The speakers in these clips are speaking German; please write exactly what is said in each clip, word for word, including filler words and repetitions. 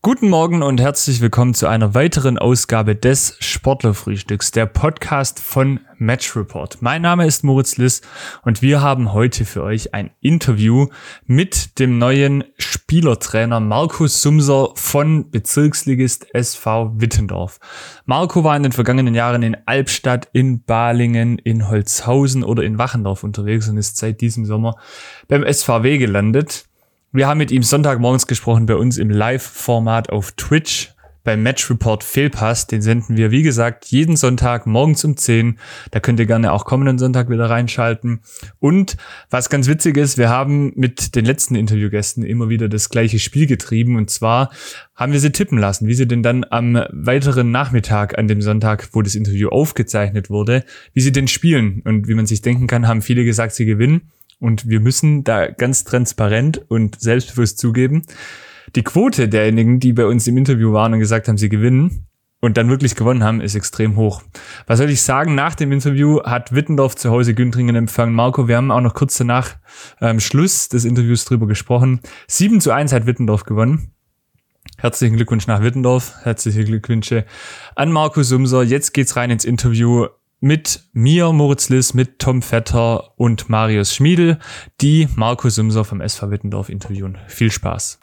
Guten Morgen und herzlich willkommen zu einer weiteren Ausgabe des Sportlerfrühstücks, der Podcast von Match Report. Mein Name ist Moritz Liss und wir haben heute für euch ein Interview mit dem neuen Spielertrainer Marco Sumser von Bezirksligist S V Wittendorf. Marco war in den vergangenen Jahren in Albstadt, in Balingen, in Holzhausen oder in Wachendorf unterwegs und ist seit diesem Sommer beim S V W gelandet. Wir haben mit ihm Sonntagmorgens gesprochen bei uns im Live-Format auf Twitch beim Match Report Fehlpass. Den senden wir, wie gesagt, jeden Sonntag morgens um zehn. Da könnt ihr gerne auch kommenden Sonntag wieder reinschalten. Und was ganz witzig ist, wir haben mit den letzten Interviewgästen immer wieder das gleiche Spiel getrieben. Und zwar haben wir sie tippen lassen, wie sie denn dann am weiteren Nachmittag an dem Sonntag, wo das Interview aufgezeichnet wurde, wie sie denn spielen. Und wie man sich denken kann, haben viele gesagt, sie gewinnen. Und wir müssen da ganz transparent und selbstbewusst zugeben, die Quote derjenigen, die bei uns im Interview waren und gesagt haben, sie gewinnen und dann wirklich gewonnen haben, ist extrem hoch. Was soll ich sagen? Nach dem Interview hat Wittendorf zu Hause Güntringen empfangen. Marco, wir haben auch noch kurz danach ähm, Schluss des Interviews drüber gesprochen. sieben zu eins hat Wittendorf gewonnen. Herzlichen Glückwunsch nach Wittendorf. Herzliche Glückwünsche an Marco Sumser. Jetzt geht's rein ins Interview mit mir, Moritz Liss, mit Tom Vetter und Marius Schmiedl, die Marco Sumser vom S V Wittendorf interviewen. Viel Spaß.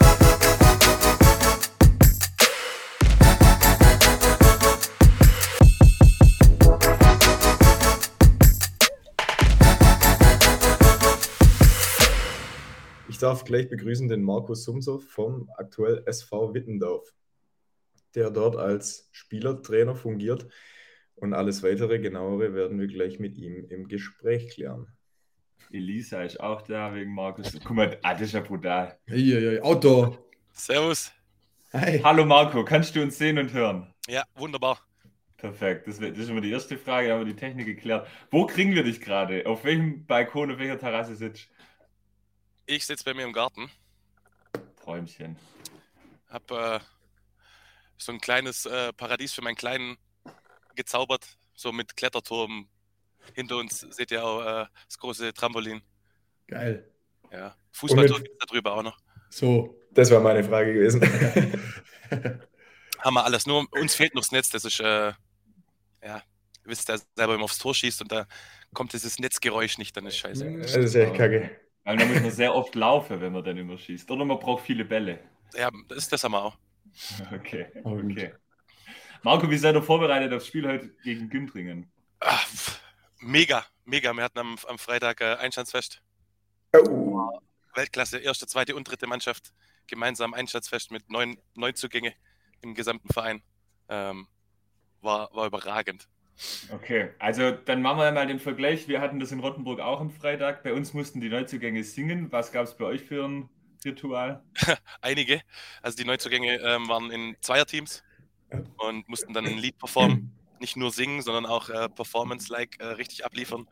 Ich darf gleich begrüßen den Marco Sumser vom aktuell S V Wittendorf, der dort als Spielertrainer fungiert. Und alles weitere, genauere, werden wir gleich mit ihm im Gespräch klären. Elisa ist auch da wegen Markus. Guck mal, ah, das ist ja brutal. Hey, hey, hey, Auto. Servus. Hi. Hallo Marco, kannst du uns sehen und hören? Ja, wunderbar. Perfekt, das, das ist immer die erste Frage, da haben wir die Technik geklärt. Wo kriegen wir dich gerade? Auf welchem Balkon, auf welcher Terrasse sitzt du? Ich sitze bei mir im Garten. Träumchen. Hab äh, so ein kleines äh, Paradies für meinen Kleinen gezaubert, so mit Kletterturm. Hinter uns seht ihr auch äh, das große Trampolin. Geil. Ja, Fußballtor gibt es da drüber auch noch. So, das war meine Frage gewesen. Haben wir alles, nur uns fehlt noch das Netz, das ist, äh, ja, ihr wisst ja selber, wenn man aufs Tor schießt und da kommt dieses Netzgeräusch nicht, dann ist scheiße. Das ist echt kacke. Weil da muss man sehr oft laufen, wenn man dann immer schießt. Oder man braucht viele Bälle. Ja, das, das haben wir auch. Okay, okay. Marco, wie seid ihr vorbereitet aufs Spiel heute gegen Güntringen? Ach, mega, mega. Wir hatten am, am Freitag äh, Einstandsfest. Oh. Weltklasse, erste, zweite und dritte Mannschaft. Gemeinsam Einstandsfest mit neun Neuzugänge im gesamten Verein. Ähm, war, war überragend. Okay, also dann machen wir mal den Vergleich. Wir hatten das in Rottenburg auch am Freitag. Bei uns mussten die Neuzugänge singen. Was gab es bei euch für ein Ritual? Einige. Also die Neuzugänge ähm, waren in Zweierteams und mussten dann ein Lied performen. Nicht nur singen, sondern auch äh, Performance-like äh, richtig abliefern.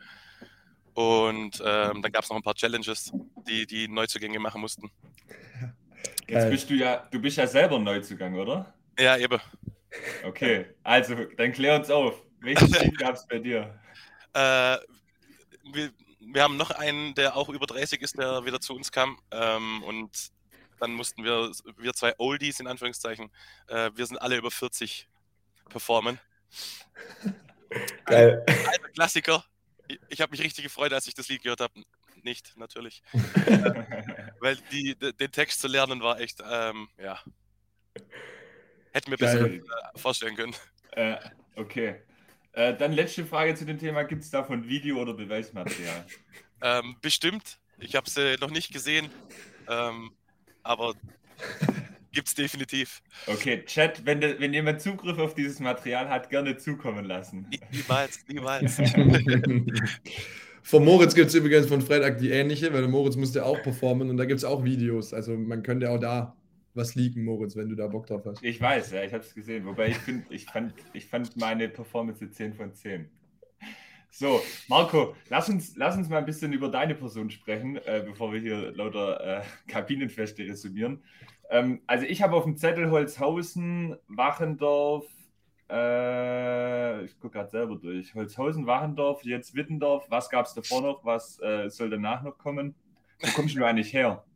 Und ähm, dann gab es noch ein paar Challenges, die die Neuzugänge machen mussten. Jetzt bist du ja, du bist ja selber ein Neuzugang, oder? Ja, eben. Okay, also dann klär uns auf. Welches Lied gab es bei dir? Äh, wir, wir haben noch einen, der auch über dreißig ist, der wieder zu uns kam. Ähm, und dann mussten wir, wir zwei Oldies in Anführungszeichen, äh, wir sind alle über vierzig performen. Geil. Ein alter Klassiker. Ich, ich habe mich richtig gefreut, als ich das Lied gehört habe. Nicht, natürlich. Weil die, de, den Text zu lernen war echt, ähm, ja. Hätten wir besser äh, vorstellen können. Äh, okay. Äh, dann letzte Frage zu dem Thema. Gibt es davon Video- oder Beweismaterial? ähm, bestimmt. Ich habe es äh, noch nicht gesehen. Ähm, aber gibt es definitiv. Okay, Chat, wenn, de, wenn jemand Zugriff auf dieses Material hat, gerne zukommen lassen. Niemals, niemals. Von Moritz gibt es übrigens von Freitag die ähnliche, weil der Moritz musste auch performen und da gibt es auch Videos. Also man könnte auch da was leaken, Moritz, wenn du da Bock drauf hast. Ich weiß, ja, ich habe es gesehen. Wobei ich finde, ich fand, ich fand meine Performance zehn von zehn. So, Marco, lass uns, lass uns mal ein bisschen über deine Person sprechen, äh, bevor wir hier lauter äh, Kabinenfeste resümieren. Ähm, also ich habe auf dem Zettel Holzhausen, Wachendorf, äh, ich gucke gerade selber durch, Holzhausen, Wachendorf, jetzt Wittendorf. Was gab es davor noch? Was äh, soll danach noch kommen? Wo kommst du eigentlich her?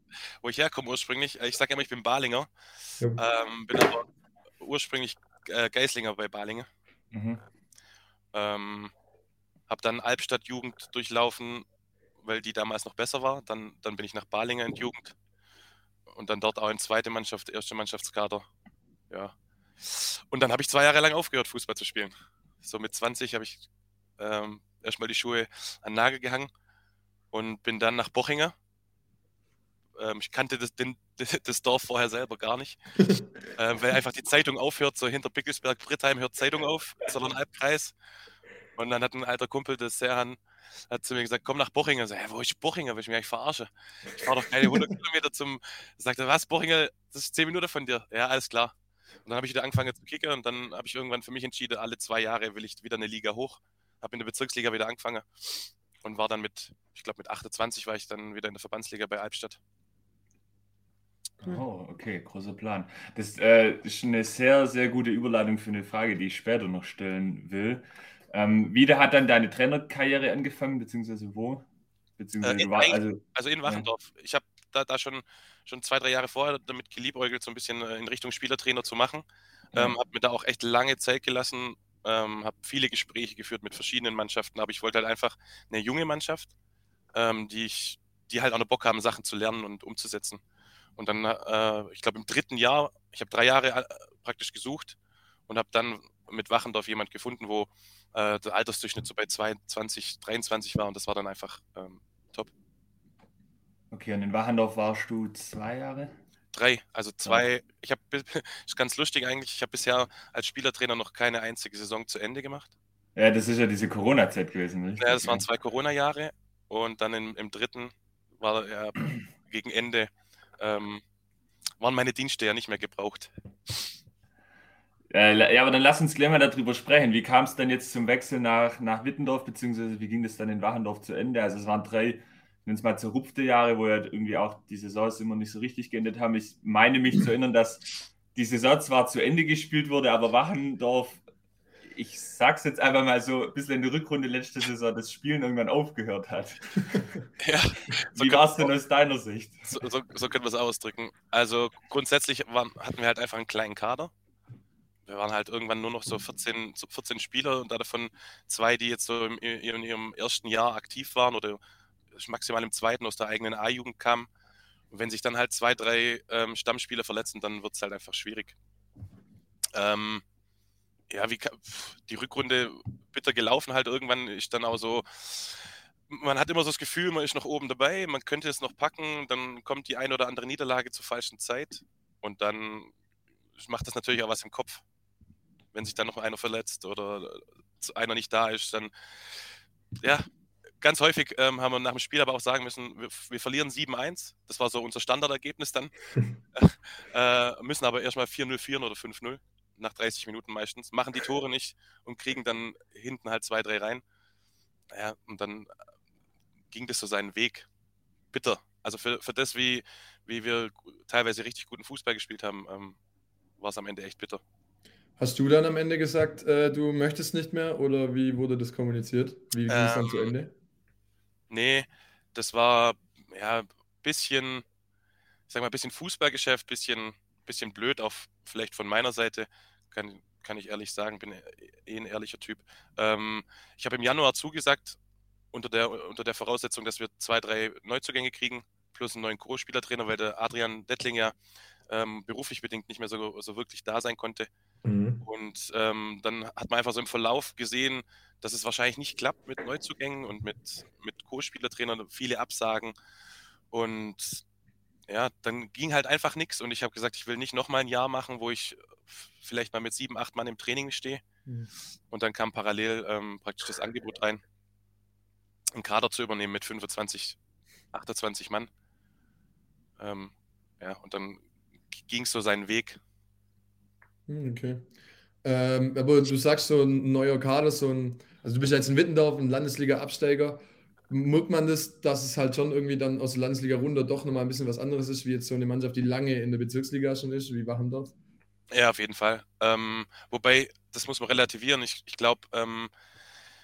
wo ich herkomme ursprünglich. Ich sage immer, ich bin Balinger, Ja. ähm, bin aber ursprünglich äh, Geislinger bei Balingen. Mhm. Ähm, habe dann Albstadt Jugend durchlaufen, weil die damals noch besser war. Dann, dann bin ich nach Balingen in die Jugend und dann dort auch in zweite Mannschaft, erste Mannschaftskader. Ja. Und dann habe ich zwei Jahre lang aufgehört, Fußball zu spielen. So mit zwanzig habe ich ähm, erstmal die Schuhe an den Nagel gehangen und bin dann nach Bochingen. Ähm, ich kannte das, den, das Dorf vorher selber gar nicht, ähm, weil einfach die Zeitung aufhört, so hinter Bickelsberg, Brittheim hört Zeitung auf, sondern Albkreis. Und dann hat ein alter Kumpel, der Serhan, hat zu mir gesagt, komm nach Bochingen. Ich so, hä, wo ist Bochingen? Will ich mich eigentlich verarsche? Ich fahre doch keine hundert Kilometer zum... Sagt er, was, Bochingen, das ist zehn Minuten von dir. Ja, alles klar. Und dann habe ich wieder angefangen zu kicken und dann habe ich irgendwann für mich entschieden, alle zwei Jahre will ich wieder eine Liga hoch. Habe in der Bezirksliga wieder angefangen und war dann mit, ich glaube mit achtundzwanzig war ich dann wieder in der Verbandsliga bei Albstadt. Oh, okay, großer Plan. Das äh, ist eine sehr, sehr gute Überleitung für eine Frage, die ich später noch stellen will. Ähm, wie hat dann deine Trainerkarriere angefangen, beziehungsweise wo? Beziehungsweise Äh, du war, also, also in ja. Wachendorf. Ich habe da, da schon, schon zwei, drei Jahre vorher damit geliebäugelt, so ein bisschen äh, in Richtung Spielertrainer zu machen. Ja. Ähm, habe mir da auch echt lange Zeit gelassen, ähm, habe viele Gespräche geführt mit verschiedenen Mannschaften, aber ich wollte halt einfach eine junge Mannschaft, ähm, die, ich, die halt auch noch Bock haben, Sachen zu lernen und umzusetzen. Und dann, äh, ich glaube im dritten Jahr, ich habe drei Jahre äh, praktisch gesucht und habe dann mit Wachendorf jemand gefunden, wo äh, der Altersdurchschnitt so bei zweiundzwanzig, dreiundzwanzig war und das war dann einfach ähm, top. Okay, und in Wachendorf warst du zwei Jahre? Drei, also zwei. Ich habe, ist ganz lustig eigentlich, ich habe bisher als Spielertrainer noch keine einzige Saison zu Ende gemacht. Ja, das ist ja diese Corona-Zeit gewesen, richtig? Ja, das waren zwei Corona-Jahre und dann im, im dritten war ja, gegen Ende ähm, waren meine Dienste ja nicht mehr gebraucht. Äh, ja, aber dann lass uns gleich mal darüber sprechen. Wie kam es denn jetzt zum Wechsel nach, nach Wittendorf, beziehungsweise wie ging das dann in Wachendorf zu Ende? Also es waren drei, ich nenne es mal zerrupfte Jahre, wo ja irgendwie auch die Saisons immer nicht so richtig geendet haben. Ich meine mich zu erinnern, dass die Saison zwar zu Ende gespielt wurde, aber Wachendorf, ich sag's jetzt einfach mal so, ein bisschen in der Rückrunde letzte Saison das Spielen irgendwann aufgehört hat. Ja, so Wie war es denn aus deiner Sicht? So, so, so können wir es ausdrücken. Also grundsätzlich waren, hatten wir halt einfach einen kleinen Kader. Wir waren halt irgendwann nur noch so vierzehn, so vierzehn Spieler und davon zwei, die jetzt so im, in ihrem ersten Jahr aktiv waren oder maximal im zweiten aus der eigenen A-Jugend kamen. Und wenn sich dann halt zwei, drei ähm, Stammspieler verletzen, dann wird es halt einfach schwierig. Ähm, ja, wie die Rückrunde bitter gelaufen halt. Irgendwann ist dann auch so, man hat immer so das Gefühl, man ist noch oben dabei, man könnte es noch packen, dann kommt die eine oder andere Niederlage zur falschen Zeit und dann macht das natürlich auch was im Kopf. Wenn sich dann noch einer verletzt oder einer nicht da ist, dann, ja, ganz häufig ähm, haben wir nach dem Spiel aber auch sagen müssen, wir, wir verlieren sieben eins, das war so unser Standardergebnis dann, äh, müssen aber erstmal vier null führen oder fünf null, nach dreißig Minuten meistens, machen die Tore nicht und kriegen dann hinten halt zwei, drei rein. Ja, und dann ging das so seinen Weg. Bitter. Also für, für das, wie, wie wir teilweise richtig guten Fußball gespielt haben, ähm, war es am Ende echt bitter. Hast du dann am Ende gesagt, äh, du möchtest nicht mehr oder wie wurde das kommuniziert? Wie ging es Ähm, dann zu Ende? Nee, das war ja ein bisschen, ich sag mal, ein bisschen Fußballgeschäft, bisschen, bisschen blöd, auch vielleicht von meiner Seite, kann, kann ich ehrlich sagen, bin eh ein ehrlicher Typ. Ähm, ich habe im Januar zugesagt, unter der, unter der Voraussetzung, dass wir zwei, drei Neuzugänge kriegen, plus einen neuen Co-Spielertrainer, weil der Adrian Dettling ja ähm, beruflich bedingt nicht mehr so, so wirklich da sein konnte. Mhm. Und ähm, dann hat man einfach so im Verlauf gesehen, dass es wahrscheinlich nicht klappt mit Neuzugängen und mit, mit Co-Spielertrainern, viele Absagen. Und ja, dann ging halt einfach nichts. Und ich habe gesagt, ich will nicht nochmal ein Jahr machen, wo ich vielleicht mal mit sieben, acht Mann im Training stehe. Mhm. Und dann kam parallel ähm, praktisch das Angebot rein, einen Kader zu übernehmen mit fünfundzwanzig, achtundzwanzig Mann. Ähm, ja, und dann ging es so seinen Weg. Okay. Ähm, aber du sagst so ein neuer Kader, so ein, also du bist jetzt in Wittendorf, ein Landesliga-Absteiger. Merkt man das, dass es halt schon irgendwie dann aus der Landesliga runter doch nochmal ein bisschen was anderes ist, wie jetzt so eine Mannschaft, die lange in der Bezirksliga schon ist, wie Wachendorf? Ja, auf jeden Fall. Ähm, wobei, das muss man relativieren. Ich, ich glaube, ähm,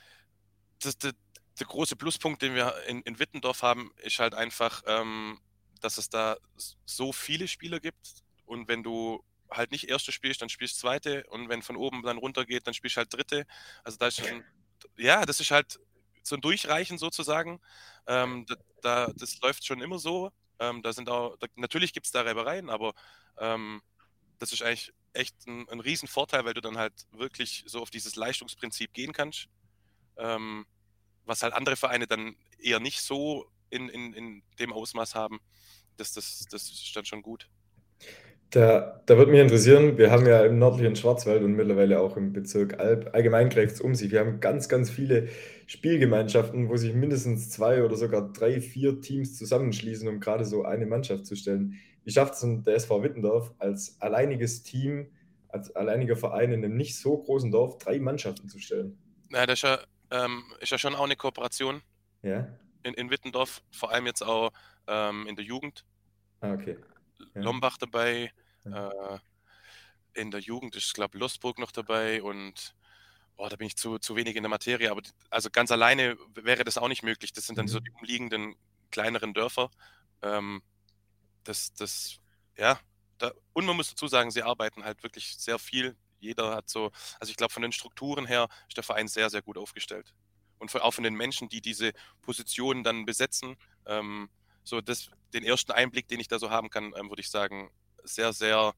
das, das, der große Pluspunkt, den wir in, in Wittendorf haben, ist halt einfach, ähm, dass es da so viele Spieler gibt und wenn du halt nicht Erste spielst, dann spielst Zweite und wenn von oben dann runter geht, dann spielst halt Dritte. Also da ist schon, ja, das ist halt so ein Durchreichen sozusagen. Ähm, da, da, das läuft schon immer so. Ähm, da sind auch, da, natürlich gibt es da Reibereien, aber ähm, das ist eigentlich echt ein, ein Riesenvorteil, weil du dann halt wirklich so auf dieses Leistungsprinzip gehen kannst. Ähm, was halt andere Vereine dann eher nicht so in, in, in dem Ausmaß haben. Das, das, das ist dann schon gut. Da, da würde mich interessieren, wir haben ja im nördlichen Schwarzwald und mittlerweile auch im Bezirk Alb, allgemein greift es um sich. Wir haben ganz, ganz viele Spielgemeinschaften, wo sich mindestens zwei oder sogar drei, vier Teams zusammenschließen, um gerade so eine Mannschaft zu stellen. Wie schafft es denn der S V Wittendorf als alleiniges Team, als alleiniger Verein in einem nicht so großen Dorf, drei Mannschaften zu stellen? Ja, das ist ja, ähm, ist ja schon auch eine Kooperation Ja? in, in Wittendorf, vor allem jetzt auch ähm, in der Jugend. Ah, okay. Ja. Lombach dabei, Ja. äh, in der Jugend ist, glaube ich, Losburg noch dabei und oh, da bin ich zu, zu wenig in der Materie, aber die, also ganz alleine wäre das auch nicht möglich. Das sind dann Mhm. so die umliegenden kleineren Dörfer. Ähm, das, das, ja, da, und man muss dazu sagen, sie arbeiten halt wirklich sehr viel. Jeder hat so, also ich glaube, von den Strukturen her ist der Verein sehr, sehr gut aufgestellt. Und von, auch von den Menschen, die diese Positionen dann besetzen, ähm, so das, den ersten Einblick, den ich da so haben kann, ähm, würde ich sagen, sehr, sehr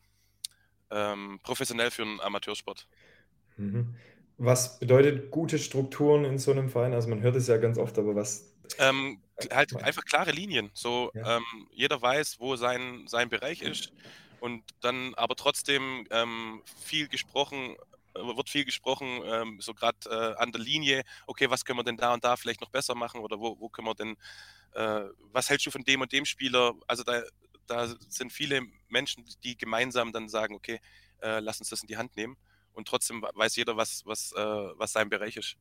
ähm, professionell für einen Amateursport. Mhm. Was bedeutet gute Strukturen in so einem Verein? Also man hört es ja ganz oft, aber was... Ähm, äh, halt ma- einfach klare Linien. So, ja. ähm, jeder weiß, wo sein, sein Bereich ist. Und dann aber trotzdem ähm, viel gesprochen, äh, wird viel gesprochen, ähm, so gerade äh, an der Linie, okay, was können wir denn da und da vielleicht noch besser machen oder wo, wo können wir denn, äh, was hältst du von dem und dem Spieler? Also da, da sind viele Menschen, die gemeinsam dann sagen, okay, äh, lass uns das in die Hand nehmen. Und trotzdem weiß jeder, was, was, äh, was sein Bereich ist.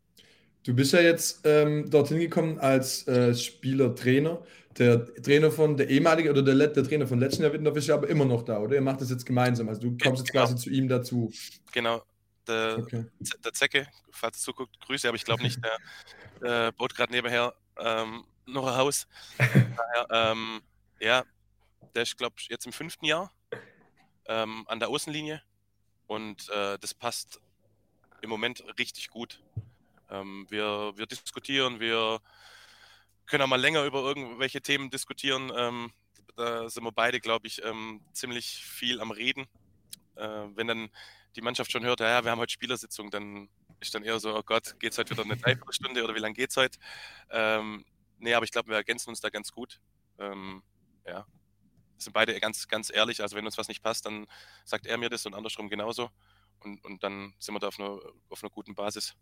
Du bist ja jetzt ähm, dorthin gekommen als äh, Spieler-Trainer. Der Trainer von der ehemalige oder der, Let- der Trainer von letzten Jahr Wittendorf ist ja aber immer noch da, oder? Ihr macht das jetzt gemeinsam. Also du kommst jetzt Genau. quasi zu ihm dazu. Genau, der, Okay. Z- der Zecke, falls er zuguckt, Grüße, aber ich glaube nicht, der, der baut gerade nebenher ähm, noch ein Haus. Daher, ähm, ja, der ist, glaube ich, jetzt im fünften Jahr ähm, an der Außenlinie und äh, das passt im Moment richtig gut. Ähm, wir, wir diskutieren, wir können auch mal länger über irgendwelche Themen diskutieren. Ähm, da sind wir beide, glaube ich, ähm, ziemlich viel am Reden. Äh, wenn dann die Mannschaft schon hört, ja, ja, wir haben heute Spielersitzung, dann ist dann eher so, oh Gott, geht es heute wieder eine Dreiviertelstunde oder wie lange geht es heute? Ähm, nee, aber ich glaube, wir ergänzen uns da ganz gut. Ähm, ja, sind beide ganz, ganz ehrlich. Also wenn uns was nicht passt, dann sagt er mir das und andersrum genauso. Und, und dann sind wir da auf einer, auf einer guten Basis.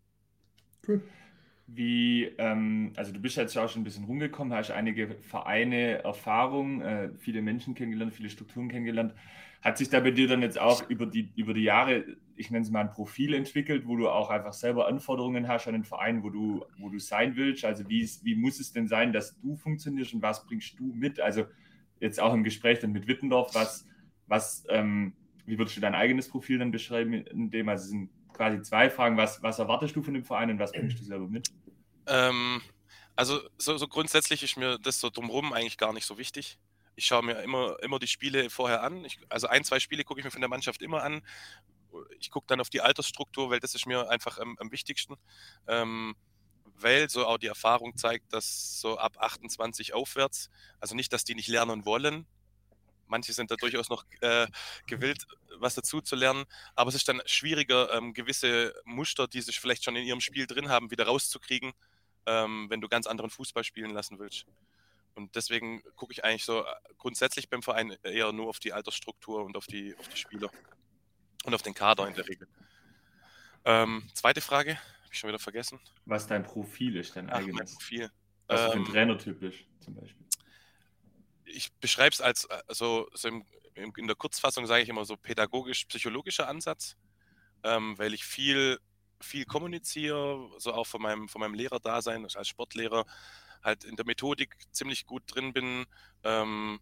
Cool. Wie, ähm, also du bist jetzt ja auch schon ein bisschen rumgekommen, hast einige Vereine, Erfahrung, äh, viele Menschen kennengelernt, viele Strukturen kennengelernt. Hat sich da bei dir dann jetzt auch über die, über die Jahre, ich nenne es mal ein Profil entwickelt, wo du auch einfach selber Anforderungen hast an den Verein, wo du, wo du sein willst? Also wie, ist, wie muss es denn sein, dass du funktionierst und was bringst du mit? Also jetzt auch im Gespräch dann mit Wittendorf, was, was, ähm, wie würdest du dein eigenes Profil dann beschreiben, in dem, also es sind quasi zwei Fragen, was, was erwartest du von dem Verein und was bringst du selber mit? Ähm, also so, so grundsätzlich ist mir das so drumherum eigentlich gar nicht so wichtig. Ich schaue mir immer, immer die Spiele vorher an. Ich, also ein, zwei Spiele gucke ich mir von der Mannschaft immer an. Ich gucke dann auf die Altersstruktur, weil das ist mir einfach am, am wichtigsten. Ähm, weil so auch die Erfahrung zeigt, dass so ab achtundzwanzig aufwärts, also nicht, dass die nicht lernen wollen. Manche sind da durchaus noch äh, gewillt, was dazu zu lernen, aber es ist dann schwieriger, ähm, gewisse Muster, die sich vielleicht schon in ihrem Spiel drin haben, wieder rauszukriegen, ähm, wenn du ganz anderen Fußball spielen lassen willst. Und deswegen gucke ich eigentlich so äh, grundsätzlich beim Verein eher nur auf die Altersstruktur und auf die, auf die Spieler und auf den Kader in der Regel. Ähm, zweite Frage, habe ich schon wieder vergessen. Was dein Profil ist, dein Ach, mein eigenes. Profil. Was für ein Ähm, Trainertyp ist, zum Beispiel. ich beschreibe es als, also so im, im, in der Kurzfassung sage ich immer so pädagogisch-psychologischer Ansatz, ähm, weil ich viel, viel kommuniziere, so auch von meinem, von meinem Lehrerdasein als Sportlehrer, halt in der Methodik ziemlich gut drin bin. Ähm,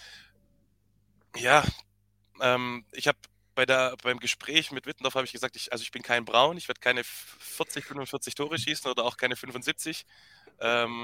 ja, ähm, ich habe bei der, beim Gespräch mit Wittendorf habe ich gesagt, ich, also ich bin kein Braun, ich werde keine vierzig, fünfundvierzig Tore schießen oder auch keine fünfundsiebzig. Ähm,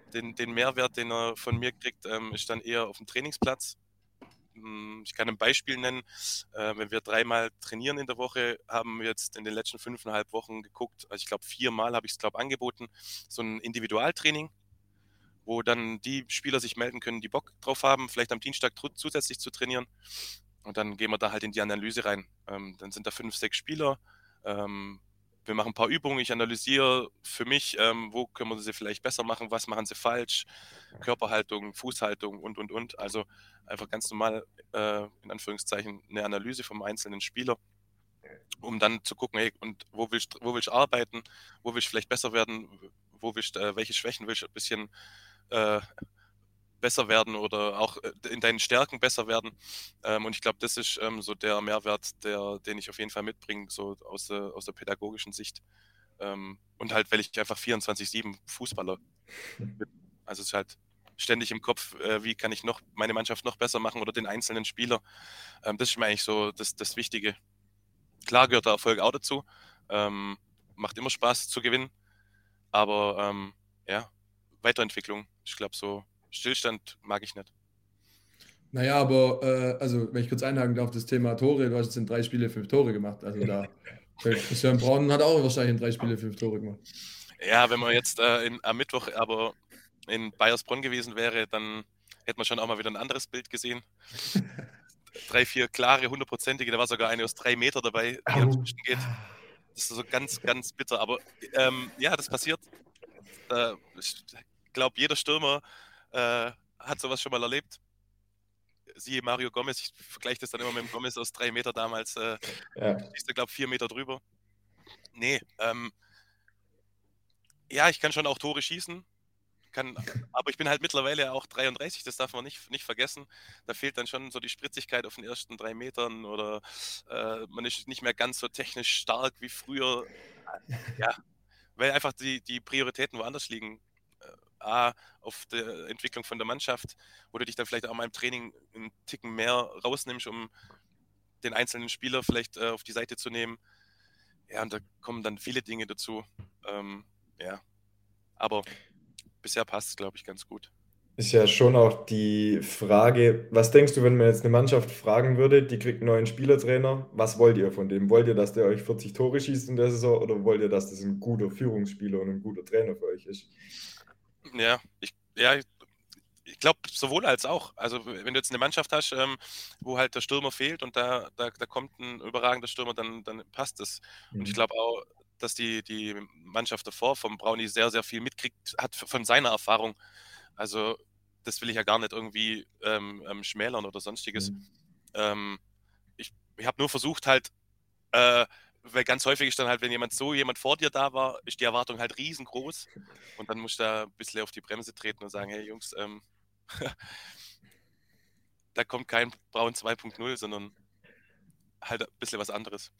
den, den Mehrwert, den er von mir kriegt, ähm, ist dann eher auf dem Trainingsplatz. Ich kann ein Beispiel nennen. Äh, wenn wir dreimal trainieren in der Woche, haben wir jetzt in den letzten fünfeinhalb Wochen geguckt, also ich glaube viermal habe ich es glaube angeboten, so ein Individualtraining, wo dann die Spieler sich melden können, die Bock drauf haben, vielleicht am Dienstag tr- zusätzlich zu trainieren. Und dann gehen wir da halt in die Analyse rein. Ähm, dann sind da fünf, sechs Spieler. Ähm, wir machen ein paar Übungen. Ich analysiere für mich, ähm, wo können wir sie vielleicht besser machen, was machen sie falsch, Körperhaltung, Fußhaltung und, und, und. Also einfach ganz normal, äh, in Anführungszeichen, eine Analyse vom einzelnen Spieler, um dann zu gucken, hey, und wo willst wo willst du arbeiten, wo willst du vielleicht besser werden, wo willst äh, welche Schwächen willst du ein bisschen äh, besser werden oder auch äh, in deinen Stärken besser werden. Ähm, und ich glaube, das ist ähm, so der Mehrwert, der, den ich auf jeden Fall mitbringe, so aus der, aus der pädagogischen Sicht. Ähm, und halt, weil ich einfach vierundzwanzig sieben Fußballer bin. Also es ist halt ständig im Kopf, äh, wie kann ich noch meine Mannschaft noch besser machen oder den einzelnen Spieler. Ähm, das ist mir eigentlich so das, das Wichtige. Klar gehört der Erfolg auch dazu. Ähm, macht immer Spaß zu gewinnen. Aber ähm, ja, Weiterentwicklung. Ich glaube, so Stillstand mag ich nicht. Naja, aber äh, also, wenn ich kurz einhaken darf, das Thema Tore, du hast jetzt in drei Spiele fünf Tore gemacht. Also da, der Christian Braun hat auch wahrscheinlich in drei Spiele fünf Tore gemacht. Ja, wenn man jetzt äh, in, am Mittwoch aber in Bayersbronn gewesen wäre, dann hätte man schon auch mal wieder ein anderes Bild gesehen. Drei, vier klare, hundertprozentige, da war sogar eine aus drei Meter dabei, die Au. ans Zwischen geht. Das ist so ganz, ganz bitter. Aber ähm, ja, das passiert. Äh, ich glaube, jeder Stürmer äh, hat sowas schon mal erlebt. Siehe Mario Gomez, ich vergleiche das dann immer mit dem Gomez aus drei Meter damals. Äh, Ja. ich glaube, vier Meter drüber. Nee, ähm, ja, ich kann schon auch Tore schießen. Kann, aber ich bin halt mittlerweile auch dreiunddreißig, das darf man nicht, nicht vergessen. Da fehlt dann schon so die Spritzigkeit auf den ersten drei Metern oder äh, man ist nicht mehr ganz so technisch stark wie früher. Ja, weil einfach die, die Prioritäten woanders liegen. Äh, A, auf der Entwicklung von der Mannschaft, wo du dich dann vielleicht auch mal im Training einen Ticken mehr rausnimmst, um den einzelnen Spieler vielleicht äh, auf die Seite zu nehmen. Ja, und da kommen dann viele Dinge dazu. Ähm, ja, aber bisher passt es, glaube ich, ganz gut. Ist ja schon auch die Frage, was denkst du, wenn man jetzt eine Mannschaft fragen würde, die kriegt einen neuen Spielertrainer, was wollt ihr von dem? Wollt ihr, dass der euch vierzig Tore schießt in der Saison oder wollt ihr, dass das ein guter Führungsspieler und ein guter Trainer für euch ist? Ja, ich, ja, ich glaube sowohl als auch. Also wenn du jetzt eine Mannschaft hast, ähm, wo halt der Stürmer fehlt und da, da, da kommt ein überragender Stürmer, dann, dann passt es. Und ich Mhm. glaube auch, dass die, die Mannschaft davor vom Brownie sehr, sehr viel mitkriegt hat von seiner Erfahrung. Also das will ich ja gar nicht irgendwie ähm, ähm, schmälern oder sonstiges. Mhm. Ähm, ich ich habe nur versucht halt, äh, weil ganz häufig ist dann halt, wenn jemand so, jemand vor dir da war, ist die Erwartung halt riesengroß. Und dann musst du da ein bisschen auf die Bremse treten und sagen, hey Jungs, ähm, da kommt kein Braun zwei Punkt null, sondern halt ein bisschen was anderes.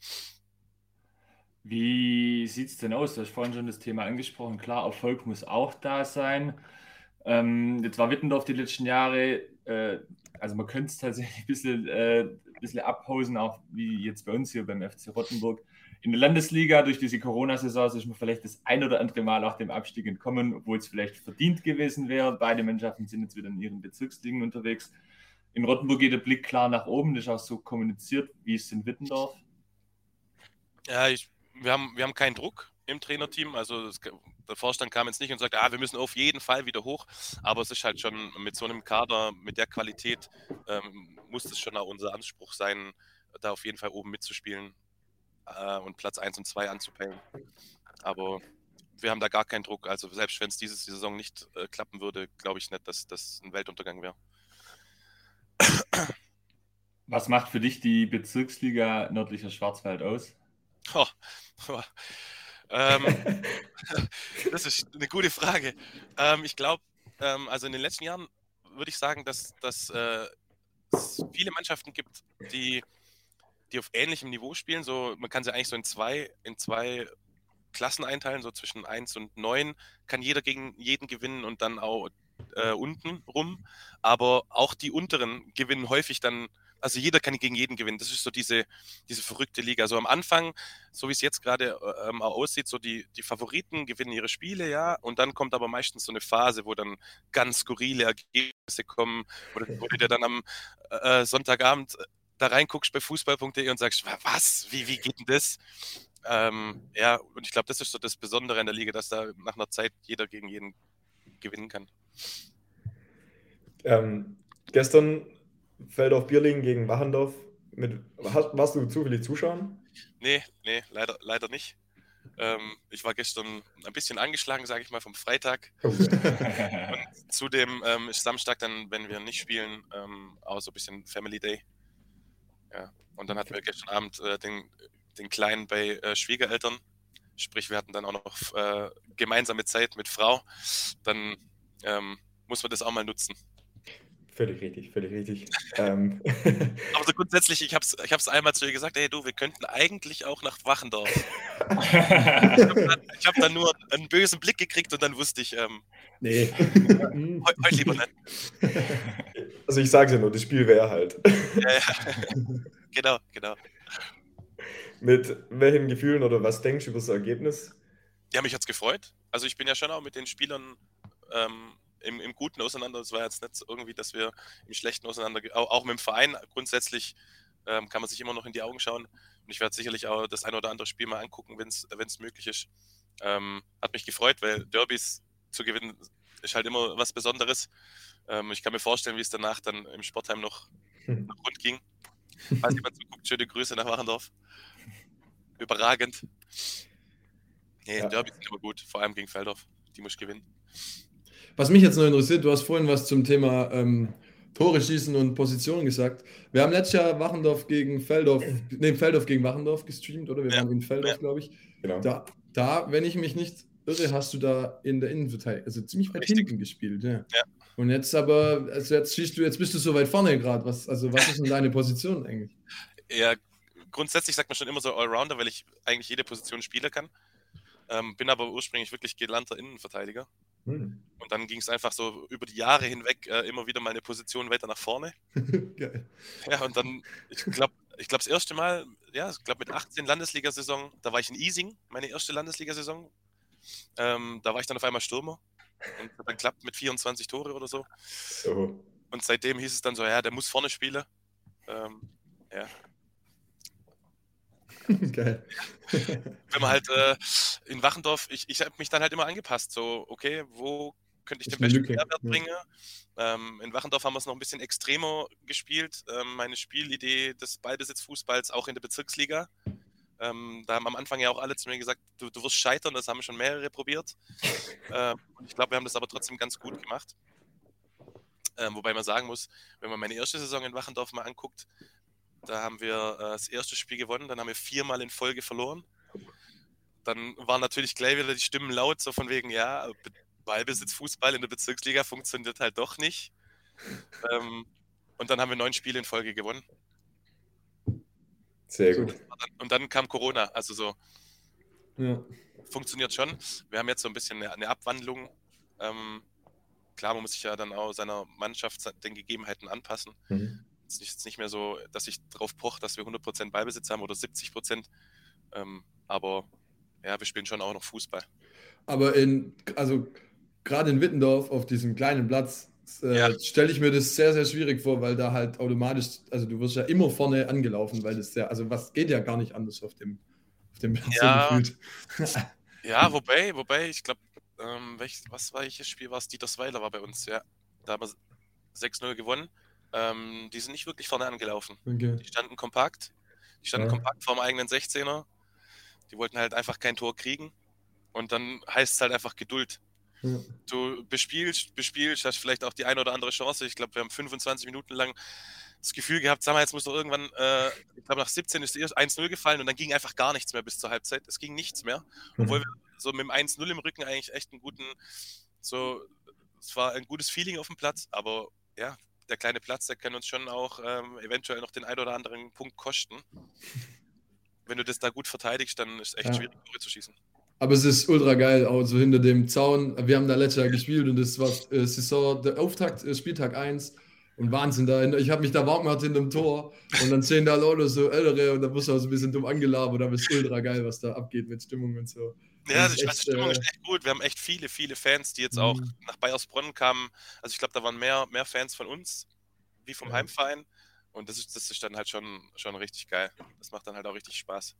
Wie sieht es denn aus? Du hast vorhin schon das Thema angesprochen. Klar, Erfolg muss auch da sein. Ähm, jetzt war Wittendorf die letzten Jahre, äh, also man könnte es tatsächlich ein bisschen, äh, ein bisschen abhausen, auch wie jetzt bei uns hier beim F C Rottenburg. In der Landesliga durch diese Corona-Saison ist man vielleicht das ein oder andere Mal auch dem Abstieg entkommen, obwohl es vielleicht verdient gewesen wäre. Beide Mannschaften sind jetzt wieder in ihren Bezirksligen unterwegs. In Rottenburg geht der Blick klar nach oben, das ist auch so kommuniziert, wie es in Wittendorf. Ja, ich, wir, haben, wir haben keinen Druck im Trainerteam. Also das, der Vorstand kam jetzt nicht und sagte, ah, wir müssen auf jeden Fall wieder hoch. Aber es ist halt schon mit so einem Kader, mit der Qualität, ähm, muss es schon auch unser Anspruch sein, da auf jeden Fall oben mitzuspielen äh, und Platz eins und zwei anzupeilen. Aber wir haben da gar keinen Druck. Also selbst wenn es diese Saison nicht äh, klappen würde, glaube ich nicht, dass das ein Weltuntergang wäre. Was macht für dich die Bezirksliga Nördlicher Schwarzwald aus? Oh, oh. Ähm, das ist eine gute Frage. Ähm, ich glaube, ähm, also in den letzten Jahren würde ich sagen, dass, dass äh, es viele Mannschaften gibt, die, die auf ähnlichem Niveau spielen. So, man kann sie eigentlich so in zwei, in zwei Klassen einteilen, so zwischen eins und neun kann jeder gegen jeden gewinnen und dann auch äh, unten rum. Aber auch die unteren gewinnen häufig dann also jeder kann gegen jeden gewinnen. Das ist so diese, diese verrückte Liga. Also am Anfang, so wie es jetzt gerade ähm, auch aussieht, so die, die Favoriten gewinnen ihre Spiele, ja, und dann kommt aber meistens so eine Phase, wo dann ganz skurrile Ergebnisse kommen, wo, wo du dir dann am äh, Sonntagabend da reinguckst bei fußball punkt de und sagst, was, wie, wie geht denn das? Ähm, ja, und ich glaube, das ist so das Besondere in der Liga, dass da nach einer Zeit jeder gegen jeden gewinnen kann. Ähm, gestern Feldorf Bierlingen gegen Wachendorf. Mit, hast, warst du zufällig zuschauen? Nee, nee, leider, leider nicht. Ähm, ich war gestern ein bisschen angeschlagen, sage ich mal, vom Freitag. Oh, Und zudem ähm, ist Samstag dann, wenn wir nicht spielen, ähm, auch so ein bisschen Family Day. Ja. Und dann hatten wir gestern Abend äh, den, den Kleinen bei äh, Schwiegereltern. Sprich, wir hatten dann auch noch äh, gemeinsame Zeit mit Frau. Dann ähm, muss man das auch mal nutzen. Völlig richtig, völlig richtig. ähm. Aber so grundsätzlich, ich habe es ich hab's einmal zu ihr gesagt, hey du, wir könnten eigentlich auch nach Wachendorf. Ich habe dann, ich hab dann nur einen bösen Blick gekriegt und dann wusste ich, ähm, Nee. heu- heute lieber nicht. Also ich sage ja nur, das Spiel wäre halt. Ja, ja. Genau, genau. Mit welchen Gefühlen oder was denkst du über das Ergebnis? Ja, mich hat's gefreut. Also ich bin ja schon auch mit den Spielern ähm, im, im Guten auseinander. Es war jetzt nicht so irgendwie, dass wir im Schlechten auseinander, auch, auch mit dem Verein grundsätzlich ähm, kann man sich immer noch in die Augen schauen. Und ich werde sicherlich auch das ein oder andere Spiel mal angucken, wenn es möglich ist. Ähm, hat mich gefreut, weil Derbys zu gewinnen ist halt immer was Besonderes. Ähm, ich kann mir vorstellen, wie es danach dann im Sportheim noch, noch rund ging. Falls jemand zuguckt, schöne Grüße nach Wachendorf. Überragend. Nee, Ja. Derbys sind immer gut, vor allem gegen Feldorf. Die muss ich gewinnen. Was mich jetzt noch interessiert, du hast vorhin was zum Thema ähm, Tore schießen und Positionen gesagt. Wir haben letztes Jahr Wachendorf gegen Feldorf, nee, Feldorf gegen Wachendorf gestreamt, oder? Wir Ja. waren in Feldorf, Ja. glaube ich. Genau. Da, da, wenn ich mich nicht irre, hast du da in der Innenverteidigung, also ziemlich weit Richtig. hinten gespielt. Ja. Ja. Und jetzt aber, also jetzt schießt du, jetzt bist du so weit vorne gerade. Was, also was ist denn deine Position eigentlich? Ja, grundsätzlich sagt man schon immer so Allrounder, weil ich eigentlich jede Position spielen kann. Ähm, bin aber ursprünglich wirklich gelernter Innenverteidiger. Hm. Und dann ging es einfach so über die Jahre hinweg äh, immer wieder meine Position weiter nach vorne. Geil. Ja, und dann, ich glaube, ich glaube das erste Mal, ja, ich glaube mit achtzehn Landesliga-Saison, da war ich in Ising, meine erste Landesliga-Saison. Ähm, da war ich dann auf einmal Stürmer. Und hat dann klappt mit vierundzwanzig Tore oder so. So. Und seitdem hieß es dann so, ja, der muss vorne spielen. Ähm, ja. Geil. Wenn man halt äh, in Wachendorf, ich, ich habe mich dann halt immer angepasst, so, okay, wo könnte ich Ist den eine besten Lücke, Mehrwert ja. bringen? Ähm, in Wachendorf haben wir es noch ein bisschen extremer gespielt. Ähm, meine Spielidee des Ballbesitzfußballs auch in der Bezirksliga. Ähm, da haben am Anfang ja auch alle zu mir gesagt, du, du wirst scheitern, das haben schon mehrere probiert. Ähm, und ich glaube, wir haben das aber trotzdem ganz gut gemacht. Ähm, wobei man sagen muss, wenn man meine erste Saison in Wachendorf mal anguckt, da haben wir äh, das erste Spiel gewonnen, dann haben wir viermal in Folge verloren. Dann waren natürlich gleich wieder die Stimmen laut, so von wegen, ja, Be- Ballbesitzfußball in der Bezirksliga funktioniert halt doch nicht. Ähm, und dann haben wir neun Spiele in Folge gewonnen. Sehr gut. Und dann kam Corona, also so, Ja. funktioniert schon. Wir haben jetzt so ein bisschen eine, eine Abwandlung. Ähm, klar, man muss sich ja dann auch seiner Mannschaft den Gegebenheiten anpassen. Mhm. Es ist jetzt nicht mehr so, dass ich darauf poche, dass wir hundert Prozent Ballbesitz haben oder siebzig Prozent. Ähm, aber ja, wir spielen schon auch noch Fußball. Aber in, also gerade in Wittendorf auf diesem kleinen Platz äh, Ja. stelle ich mir das sehr, sehr schwierig vor, weil da halt automatisch, also du wirst ja immer vorne angelaufen, weil das ja, also was geht ja gar nicht anders auf dem, auf dem Platz Ja. so gefühlt. Ja, wobei, wobei, ich glaube, ähm, welch, was war welches Spiel war es? Dietersweiler war bei uns, ja. Da haben wir sechs null gewonnen. Ähm, die sind nicht wirklich vorne angelaufen. Okay. Die standen kompakt. Die standen Ja. kompakt vorm eigenen sechzehner. Die wollten halt einfach kein Tor kriegen. Und dann heißt es halt einfach Geduld. Ja. Du bespielst, bespielst, hast vielleicht auch die eine oder andere Chance. Ich glaube, wir haben fünfundzwanzig Minuten lang das Gefühl gehabt, sag mal, jetzt muss doch irgendwann, äh, ich glaube, nach siebzehn ist erst eins null gefallen und dann ging einfach gar nichts mehr bis zur Halbzeit. Es ging nichts mehr. Obwohl wir so mit dem eins null im Rücken eigentlich echt einen guten, so, es war ein gutes Feeling auf dem Platz, aber ja, der kleine Platz, der kann uns schon auch ähm, eventuell noch den ein oder anderen Punkt kosten. Wenn du das da gut verteidigst, dann ist es echt Ja. schwierig, Tore zu schießen. Aber es ist ultra geil, auch so hinter dem Zaun. Wir haben da letztes Jahr gespielt und das war äh, Saison, der Auftakt, äh, Spieltag eins. Und Wahnsinn, da, ich habe mich da warm gemacht hinter dem Tor und dann sehen da Leute so Ältere und da wirst du auch so ein bisschen dumm angelabert, aber es ist ultra geil, was da abgeht mit Stimmung und so. Ja, Das die ist echt, Stimmung äh, ist echt gut. Wir haben echt viele, viele Fans, die jetzt auch Mhm. nach Bayersbronn kamen. Also ich glaube, da waren mehr, mehr Fans von uns wie vom Ja. Heimverein. Und das ist, das ist dann halt schon, schon richtig geil. Das macht dann halt auch richtig Spaß.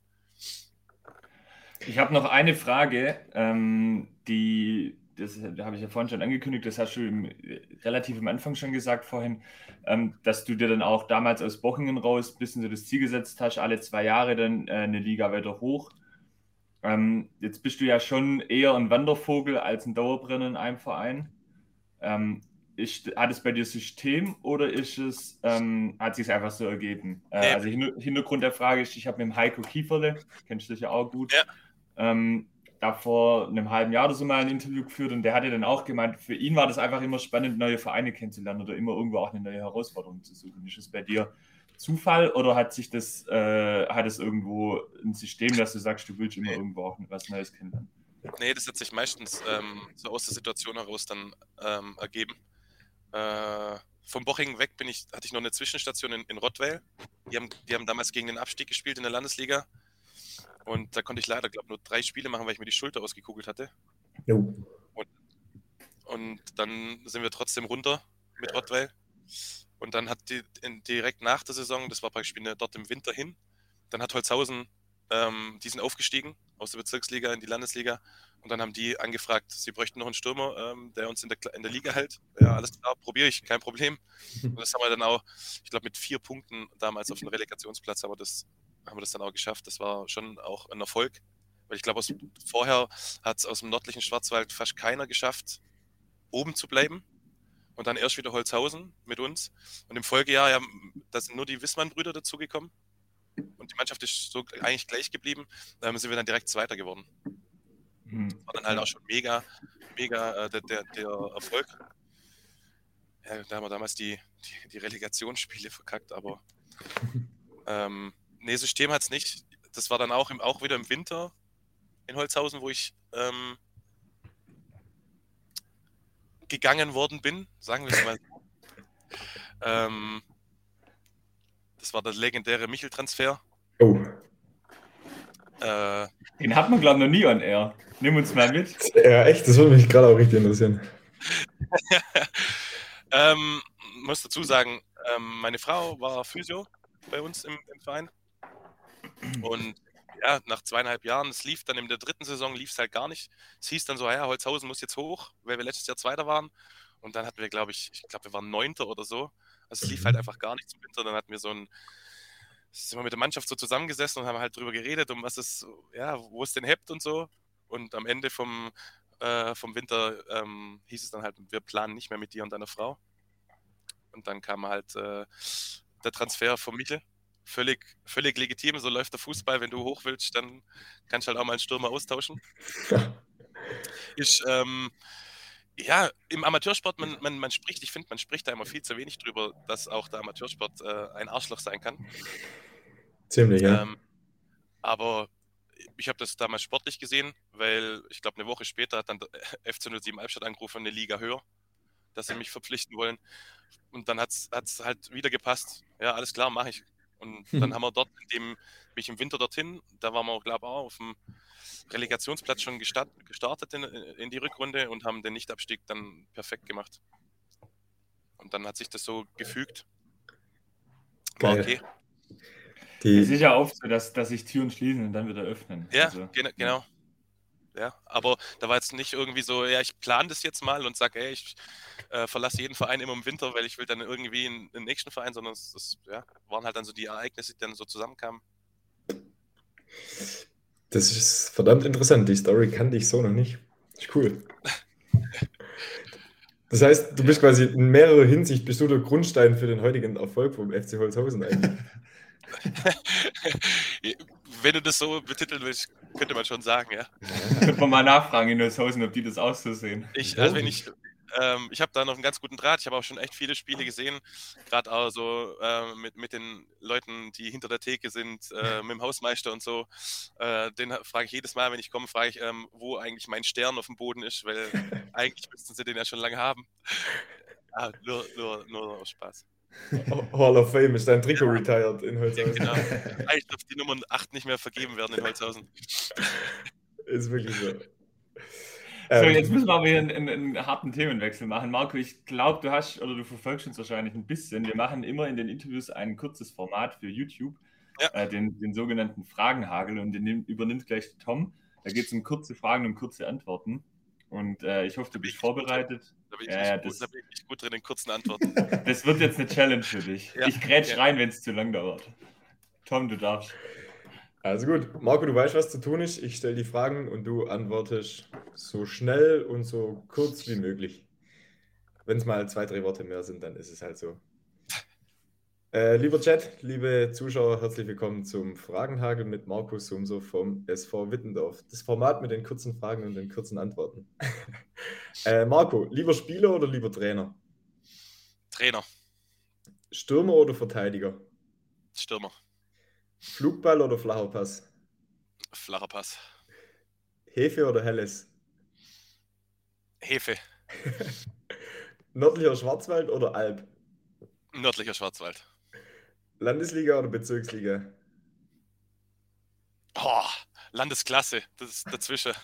Ich habe noch eine Frage, ähm, die, das da habe ich ja vorhin schon angekündigt, das hast du im, relativ am Anfang schon gesagt vorhin, ähm, dass du dir dann auch damals aus Bochingen raus ein bisschen so das Ziel gesetzt hast, alle zwei Jahre dann äh, eine Liga weiter hoch. Ähm, jetzt bist du ja schon eher ein Wandervogel als ein Dauerbrenner in einem Verein. Ähm, ist, hat es bei dir System oder ist es, ähm, hat sich einfach so ergeben? Äh, Nee. also Hin- Hintergrund der Frage ist, ich habe mit dem Heiko Kieferle, kennst du dich ja auch gut, Ja. ähm, da vor einem halben Jahr oder so mal ein Interview geführt und der hatte dann auch gemeint, für ihn war das einfach immer spannend, neue Vereine kennenzulernen oder immer irgendwo auch eine neue Herausforderung zu suchen. Ist es bei dir Zufall oder hat sich das, äh, hat es irgendwo ein System, dass du sagst, du willst immer irgendwo auch was Neues kennenlernen? Nee, das hat sich meistens ähm, so aus der Situation heraus dann ähm, ergeben. Äh, vom Bochingen weg bin ich, hatte ich noch eine Zwischenstation in, in Rottweil. Die haben, die haben damals gegen den Abstieg gespielt in der Landesliga. Und da konnte ich leider, glaube ich, nur drei Spiele machen, weil ich mir die Schulter ausgekugelt hatte. Jo. Und, und dann sind wir trotzdem runter mit Rottweil. Und dann hat die in, direkt nach der Saison, das war praktisch dort im Winter hin, dann hat Holzhausen, ähm, die sind aufgestiegen aus der Bezirksliga in die Landesliga. Und dann haben die angefragt, sie bräuchten noch einen Stürmer, ähm, der uns in der, in der Liga hält. Ja, alles klar, probiere ich, kein Problem. Und das haben wir dann auch, ich glaube, mit vier Punkten damals auf dem Relegationsplatz aber das, haben wir das dann auch geschafft. Das war schon auch ein Erfolg. Weil ich glaube, vorher hat es aus dem nördlichen Schwarzwald fast keiner geschafft, oben zu bleiben. Und dann erst wieder Holzhausen mit uns. Und im Folgejahr, ja, da sind nur die Wissmann-Brüder dazugekommen. Und die Mannschaft ist so eigentlich gleich geblieben. Da sind wir dann direkt Zweiter geworden. Hm. Das war dann halt auch schon mega, mega äh, der, der, der Erfolg. Ja, da haben wir damals die, die, die Relegationsspiele verkackt, aber ähm, nee, System hat es nicht. Das war dann auch, im, auch wieder im Winter in Holzhausen, wo ich ähm, gegangen worden bin, sagen wir es mal so. ähm, das war der legendäre Michel-Transfer. Oh. Äh, Den hat man, glaube ich, noch nie on air. Nimm uns mal mit. Ja, echt, das würde mich gerade auch richtig interessieren. ähm, muss dazu sagen, ähm, meine Frau war Physio bei uns im, im Verein. Und ja, nach zweieinhalb Jahren, es lief dann in der dritten Saison, lief es halt gar nicht. Es hieß dann so, ja, Holzhausen muss jetzt hoch, weil wir letztes Jahr Zweiter waren. Und dann hatten wir, glaube ich, ich glaube, wir waren Neunter oder so. Also es lief halt einfach gar nichts im Winter. Dann hatten wir so ein, sind wir mit der Mannschaft so zusammengesessen und haben halt drüber geredet, um was es, ja, wo es denn hebt und so. Und am Ende vom, äh, vom Winter ähm, hieß es dann halt, wir planen nicht mehr mit dir und deiner Frau. Und dann kam halt äh, der Transfer von Michel. Völlig, völlig legitim, so läuft der Fußball. Wenn du hoch willst, dann kannst du halt auch mal einen Stürmer austauschen. Ist, ähm, ja, im Amateursport, man, man, man spricht, ich finde, man spricht da immer viel zu wenig drüber, dass auch der Amateursport äh, ein Arschloch sein kann. Ziemlich, ja. Ähm, aber ich habe das damals sportlich gesehen, weil ich glaube, eine Woche später hat dann der F C null sieben Albstadt angerufen, eine Liga höher, dass sie mich verpflichten wollen. Und dann hat es halt wieder gepasst. Ja, alles klar, mache ich. Und dann haben wir dort, indem mich im Winter dorthin, da waren wir, glaube ich, auch auf dem Relegationsplatz schon gestartet, gestartet in, in die Rückrunde und haben den Nichtabstieg dann perfekt gemacht. Und dann hat sich das so gefügt. War Geil. okay. Die, Es ist ja oft so, dass, dass sich Türen schließen und dann wieder öffnen. Ja, Also, gen genau. Ja, aber da war jetzt nicht irgendwie so, ja, ich plane das jetzt mal und sage, ey, ich äh, verlasse jeden Verein immer im Winter, weil ich will dann irgendwie in den nächsten Verein, sondern es das, ja, waren halt dann so die Ereignisse, die dann so zusammenkamen. das ist verdammt interessant. Die Story kannte ich so noch nicht. Ist cool. Das heißt, du bist quasi in mehrerer Hinsicht bist du der Grundstein für den heutigen Erfolg vom F C Holzhausen eigentlich. Wenn du das so betiteln willst, könnte man schon sagen, ja. könnte man mal nachfragen in Holzhausen, ob die das auch so sehen. Ich, also wenn ich, ähm, ich habe da noch einen ganz guten Draht. Ich habe auch schon echt viele Spiele gesehen, gerade auch so äh, mit, mit den Leuten, die hinter der Theke sind, äh, mit dem Hausmeister und so. Äh, den frage ich jedes Mal, wenn ich komme, frage ich, ähm, wo eigentlich mein Stern auf dem Boden ist, weil eigentlich müssten sie den ja schon lange haben. Ah, nur, nur, nur aus Spaß. Hall of Fame ist dein Trikot ja. retired in Holzhausen. Genau. Eigentlich darf die Nummer acht nicht mehr vergeben werden in Holzhausen. Ist wirklich so. So, jetzt müssen wir aber hier einen, einen, einen harten Themenwechsel machen. Marco, ich glaube, du hast, oder du verfolgst uns wahrscheinlich ein bisschen. Wir machen immer in den Interviews ein kurzes Format für YouTube, ja. äh, den, den sogenannten Fragenhagel, und den nimmt, übernimmt gleich Tom. Da geht es um kurze Fragen und kurze Antworten. Und äh, ich hoffe, du bist vorbereitet. Da bin ich, ja, nicht, das, gut, da bin ich nicht gut drin in kurzen Antworten. Das wird jetzt eine Challenge für dich. Ja. Ich grätsch ja. rein, wenn es zu lang dauert. Tom, du darfst. Also gut, Marco, du weißt, was zu tun ist. Ich stelle die Fragen und du antwortest so schnell und so kurz wie möglich. Wenn es mal zwei, drei Worte mehr sind, dann ist es halt so. Äh, lieber Chat, liebe Zuschauer, herzlich willkommen zum Fragenhagel mit Marco Sumser vom S V Wittendorf. Das Format mit den kurzen Fragen und den kurzen Antworten. äh, Marco, lieber Spieler oder lieber Trainer? Trainer. Stürmer oder Verteidiger? Stürmer. Flugball oder flacher Pass? Flacher Pass. Hefe oder Helles? Hefe. Nördlicher Schwarzwald oder Alb? Nördlicher Schwarzwald. Landesliga oder Bezirksliga? Oh, Landesklasse, das ist dazwischen.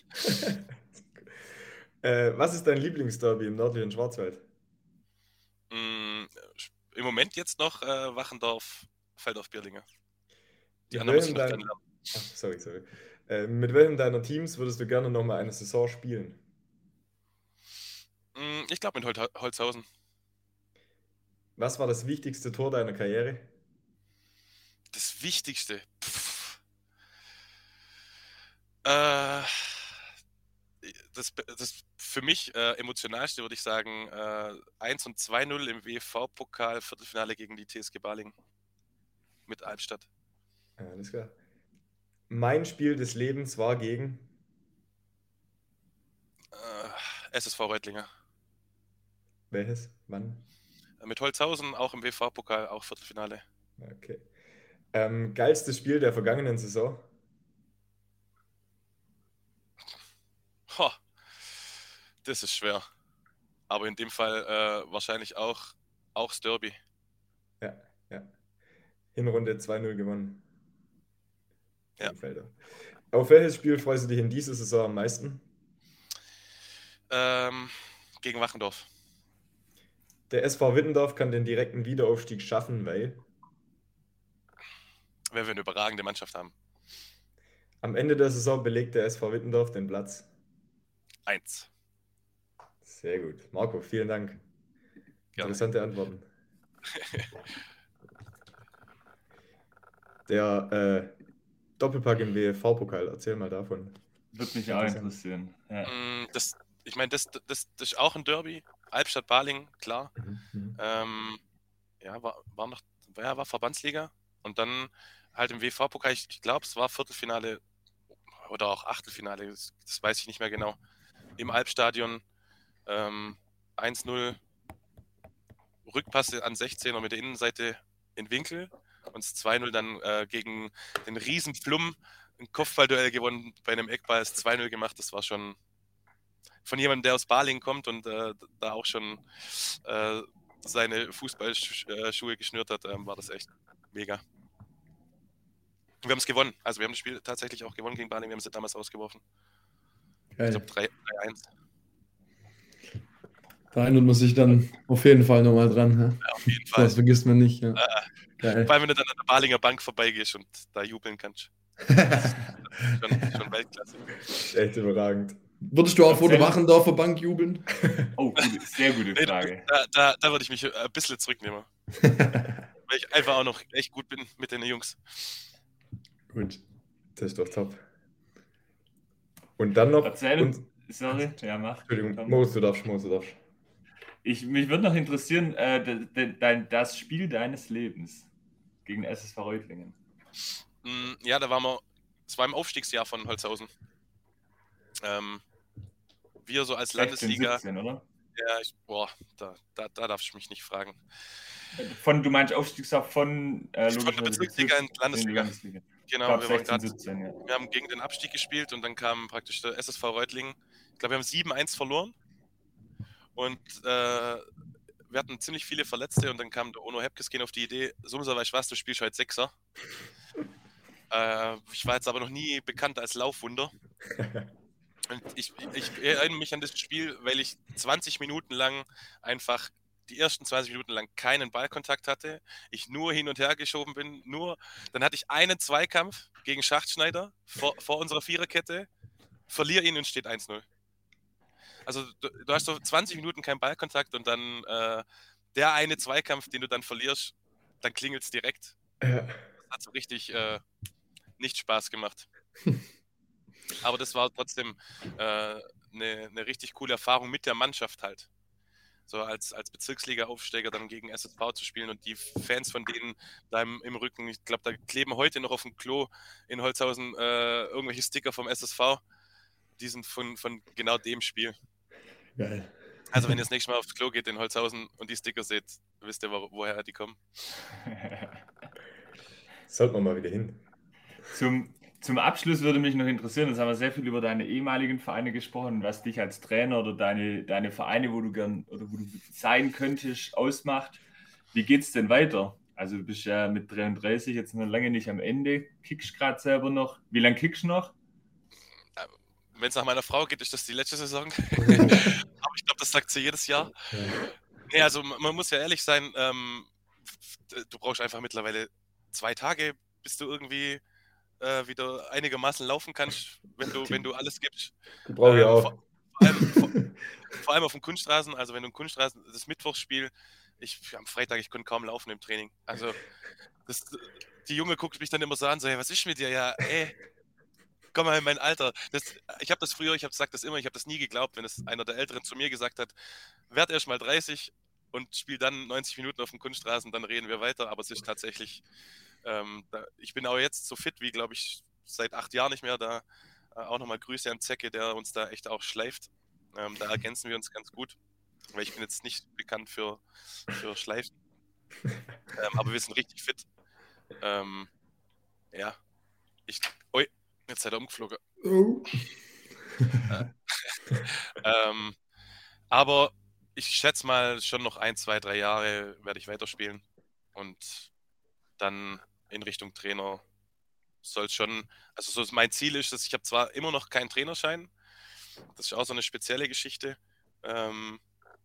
äh, was ist dein Lieblingsderby im nördlichen Schwarzwald? Mm, Im Moment jetzt noch äh, Wachendorf, Feldorf-Bierlinge. Die mit anderen muss ich noch dein... gerne lernen. Ach, sorry, sorry. Äh, mit welchem deiner Teams würdest du gerne nochmal eine Saison spielen? Mm, ich glaube mit Hol- Holzhausen. Was war das wichtigste Tor deiner Karriere? Das Wichtigste? Äh, das, das für mich äh, emotionalste würde ich sagen äh, eins und zwei null im W E V-Pokal Viertelfinale gegen die T S G Balingen mit Albstadt. Alles klar. Mein Spiel des Lebens war gegen? Äh, S S V Reutlinger. Welches? Wann? Mit Holzhausen, auch im W E V-Pokal, auch Viertelfinale. Okay. Ähm, geilstes Spiel der vergangenen Saison? Ho, das ist schwer. Aber in dem Fall äh, wahrscheinlich auch, auch das Derby. Ja, ja. Hinrunde zwei null gewonnen. Ja. Auf welches Spiel freust du dich in dieser Saison am meisten? Ähm, gegen Wachendorf. Der S V Wittendorf kann den direkten Wiederaufstieg schaffen, weil? Wenn wir eine überragende Mannschaft haben. Am Ende der Saison belegt der S V Wittendorf den Platz? Eins. Sehr gut. Marco, vielen Dank. Gerne. Interessante Antworten. Der äh, Doppelpack im W E V-Pokal, erzähl mal davon. Würde mich auch interessieren. Ja. Das, ich meine, das, das, das ist auch ein Derby. Albstadt-Baling, klar. Mhm. Ähm, ja, war, war noch, ja, war Verbandsliga. Und dann halt im W E V-Pokal, ich, ich glaube, es war Viertelfinale oder auch Achtelfinale, das, das weiß ich nicht mehr genau. Im Albstadion ähm, eins null, Rückpasse an sechzehner mit der Innenseite in Winkel und das zwei null dann äh, gegen den riesen Plum ein Kopfballduell gewonnen, bei einem Eckball das zwei null gemacht. Das war schon von jemandem, der aus Balingen kommt und äh, da auch schon äh, seine Fußballschuhe geschnürt hat, ähm, war das echt mega. Wir haben es gewonnen. Also wir haben das Spiel tatsächlich auch gewonnen gegen Balingen. Wir haben es damals ausgeworfen. Geil. Ich glaube drei eins. Da erinnert man sich dann auf jeden Fall nochmal dran. Ja? Ja, auf jeden Fall. Das vergisst man nicht. Ja. Äh, Weil wenn du dann an der Balinger Bank vorbeigehst und da jubeln kannst. schon, schon Weltklasse. Echt überragend. Würdest du auch vor der Wachendorfer Bank jubeln? Oh, gute, sehr gute Frage. Nee, da, da, da würde ich mich ein bisschen zurücknehmen. Weil ich einfach auch noch echt gut bin mit den Jungs. Gut, das ist doch top. Und dann noch... Erzähl, und, sorry, ja, mach. Entschuldigung, Moritz, du darfst, Moritz, du darfst. Ich, mich würde noch interessieren, äh, de, de, de, das Spiel deines Lebens gegen S S V Reutlingen. Ja, da waren wir, es war im Aufstiegsjahr von Holzhausen. Ähm, wir so als Landesliga. siebzehn, oder? Ja, ich, boah, da, da, da darfst du mich nicht fragen. Von, du meinst Aufstiegsjahr von, äh, von der Bezirksliga in die Landesliga. In die Landesliga. Genau, glaub, wir, sechzehn, grad, siebzehn, ja. wir haben gegen den Abstieg gespielt und dann kam praktisch der S S V Reutlingen. Ich glaube, wir haben sieben eins verloren. Und äh, wir hatten ziemlich viele Verletzte und dann kam der Ono Hepkeskin auf die Idee, Sumser, weißt du was, du spielst heute Sechser. Äh, ich war jetzt aber noch nie bekannt als Laufwunder. Und ich, ich erinnere mich an das Spiel, weil ich zwanzig Minuten lang einfach die ersten zwanzig Minuten lang keinen Ballkontakt hatte, ich nur hin und her geschoben bin, nur, dann hatte ich einen Zweikampf gegen Schachtschneider vor, vor unserer Viererkette, verliere ihn und steht eins null. Also du, du hast so zwanzig Minuten keinen Ballkontakt und dann äh, der eine Zweikampf, den du dann verlierst, dann klingelt es direkt. Ja. Das hat so richtig äh, nicht Spaß gemacht. Aber das war trotzdem eine äh, ne, ne richtig coole Erfahrung mit der Mannschaft halt. So als, als Bezirksliga-Aufsteiger dann gegen S S V zu spielen und die Fans von denen da im, im Rücken, ich glaube, da kleben heute noch auf dem Klo in Holzhausen äh, irgendwelche Sticker vom S S V. Die sind von, von genau dem Spiel. Geil. Also wenn ihr das nächste Mal aufs Klo geht in Holzhausen und die Sticker seht, wisst ihr, wo, woher die kommen. Sollten wir mal wieder hin. Zum, zum Abschluss würde mich noch interessieren, jetzt haben wir sehr viel über deine ehemaligen Vereine gesprochen, was dich als Trainer oder deine, deine Vereine, wo du gern oder wo du sein könntest, ausmacht. Wie geht's denn weiter? Also du bist ja mit dreiunddreißig jetzt noch lange nicht am Ende, kickst gerade selber noch. Wie lange kickst du noch? Wenn es nach meiner Frau geht, ist das die letzte Saison. Aber ich glaube, das sagt sie jedes Jahr. Ja. Nee, also man muss ja ehrlich sein, ähm, du brauchst einfach mittlerweile zwei Tage, bis du irgendwie äh, wieder einigermaßen laufen kannst, wenn du, wenn du alles gibst. Die brauche ich Ähm, auch. vor, vor, allem, vor, vor allem auf dem Kunststraßen, also wenn du im Kunststraßen, das Mittwochsspiel, ich am Freitag, ich konnte kaum laufen im Training. Also das, die Junge guckt mich dann immer so an, so, hey, was ist mit dir? Ja, ey, komm mal in mein Alter. Das, ich habe das früher, ich habe gesagt das immer, ich habe das nie geglaubt, wenn es einer der Älteren zu mir gesagt hat, werd erst mal dreißig und spiel dann neunzig Minuten auf dem Kunststraßen, dann reden wir weiter. Aber es ist tatsächlich, ähm, da, ich bin auch jetzt so fit wie, glaube ich, seit acht Jahren nicht mehr. Da äh, auch nochmal Grüße an Zecke, der uns da echt auch schleift. Ähm, da ergänzen wir uns ganz gut, weil ich bin jetzt nicht bekannt für, für Schleifen. Ähm, aber wir sind richtig fit. Ähm, ja, ich, oi, jetzt seid ihr umgeflogen. Oh. Äh, ähm, aber ich schätze mal, schon noch ein, zwei, drei Jahre werde ich weiterspielen. Und dann in Richtung Trainer soll es schon, also so mein Ziel ist, dass ich habe zwar immer noch keinen Trainerschein, das ist auch so eine spezielle Geschichte, ähm,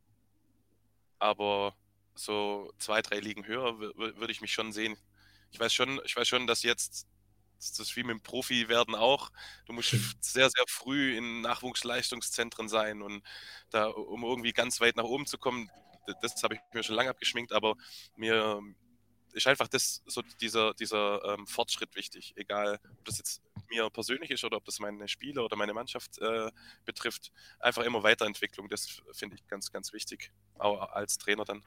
aber so zwei, drei Ligen höher würde ich mich schon sehen. Ich weiß schon, ich weiß schon, dass jetzt das ist wie mit dem Profi werden auch. Du musst sehr, sehr früh in Nachwuchsleistungszentren sein und da, um irgendwie ganz weit nach oben zu kommen, das habe ich mir schon lange abgeschminkt, aber mir ist einfach das, so dieser, dieser ähm, Fortschritt wichtig, egal ob das jetzt mir persönlich ist oder ob das meine Spieler oder meine Mannschaft äh, betrifft. Einfach immer Weiterentwicklung, das finde ich ganz, ganz wichtig, auch als Trainer dann.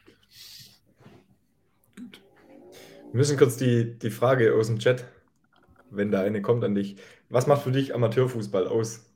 Wir müssen kurz die, die Frage aus dem Chat, wenn da eine kommt an dich. Was macht für dich Amateurfußball aus?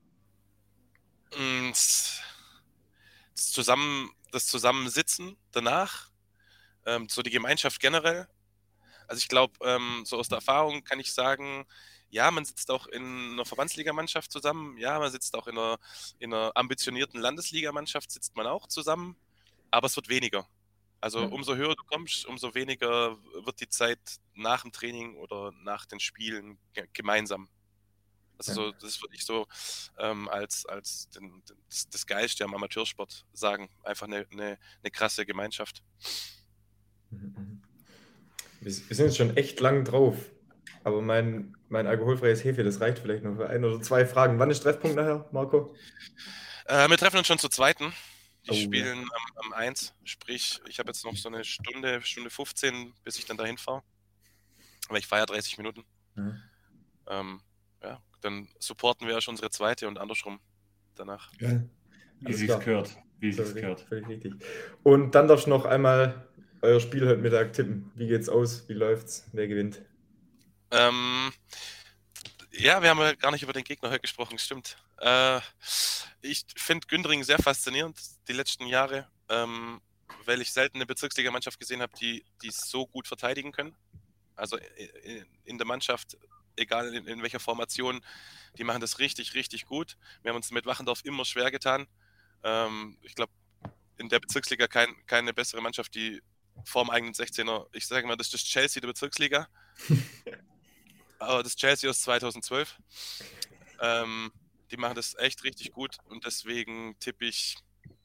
Das, Zusammen, das Zusammensitzen danach, ähm, so die Gemeinschaft generell. Also ich glaube, ähm, so aus der Erfahrung kann ich sagen, ja, man sitzt auch in einer Verbandsligamannschaft zusammen, ja, man sitzt auch in einer, in einer ambitionierten Landesligamannschaft, sitzt man auch zusammen, aber es wird weniger. Also Ja. umso höher du kommst, umso weniger wird die Zeit nach dem Training oder nach den Spielen ge- gemeinsam. Also Ja. so, das würde ich so ähm, als, als den, das, das Geilste am Amateursport sagen. Einfach eine, eine, eine krasse Gemeinschaft. Mhm. Wir, wir sind jetzt schon echt lang drauf, aber mein, mein alkoholfreies Hefe, das reicht vielleicht noch für ein oder zwei Fragen. Wann ist Treffpunkt nachher, Marco? Äh, wir treffen uns schon zur zweiten. Die Oh, ja. spielen am, am eins. Sprich, ich habe jetzt noch so eine Stunde, Stunde fünfzehn, bis ich dann dahin fahre. Aber ich fahre ja dreißig Minuten. Ja. Ähm, ja, dann supporten wir ja schon unsere zweite und andersrum danach. Geil. Wie Alles sie es klar. gehört. Wie sie es Völlig, gehört. völlig richtig. Und dann darfst du noch einmal euer Spiel heute Mittag tippen. Wie geht's aus? Wie läuft's? Wer gewinnt? Ähm, ja, wir haben ja gar nicht über den Gegner heute gesprochen, stimmt. Äh, ich finde Gündring sehr faszinierend die letzten Jahre, ähm, weil ich selten eine Bezirksligamannschaft gesehen habe, die die so gut verteidigen können. Also in, in der Mannschaft, egal in, in welcher Formation, die machen das richtig, richtig gut. Wir haben uns mit Wachendorf immer schwer getan. Ähm, ich glaube, in der Bezirksliga kein, keine bessere Mannschaft, die vorm eigenen sechzehner, ich sage mal, das ist das Chelsea der Bezirksliga. Aber das Chelsea aus zweitausendzwölf. Ähm, die machen das echt richtig gut und deswegen tippe ich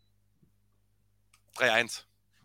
drei eins.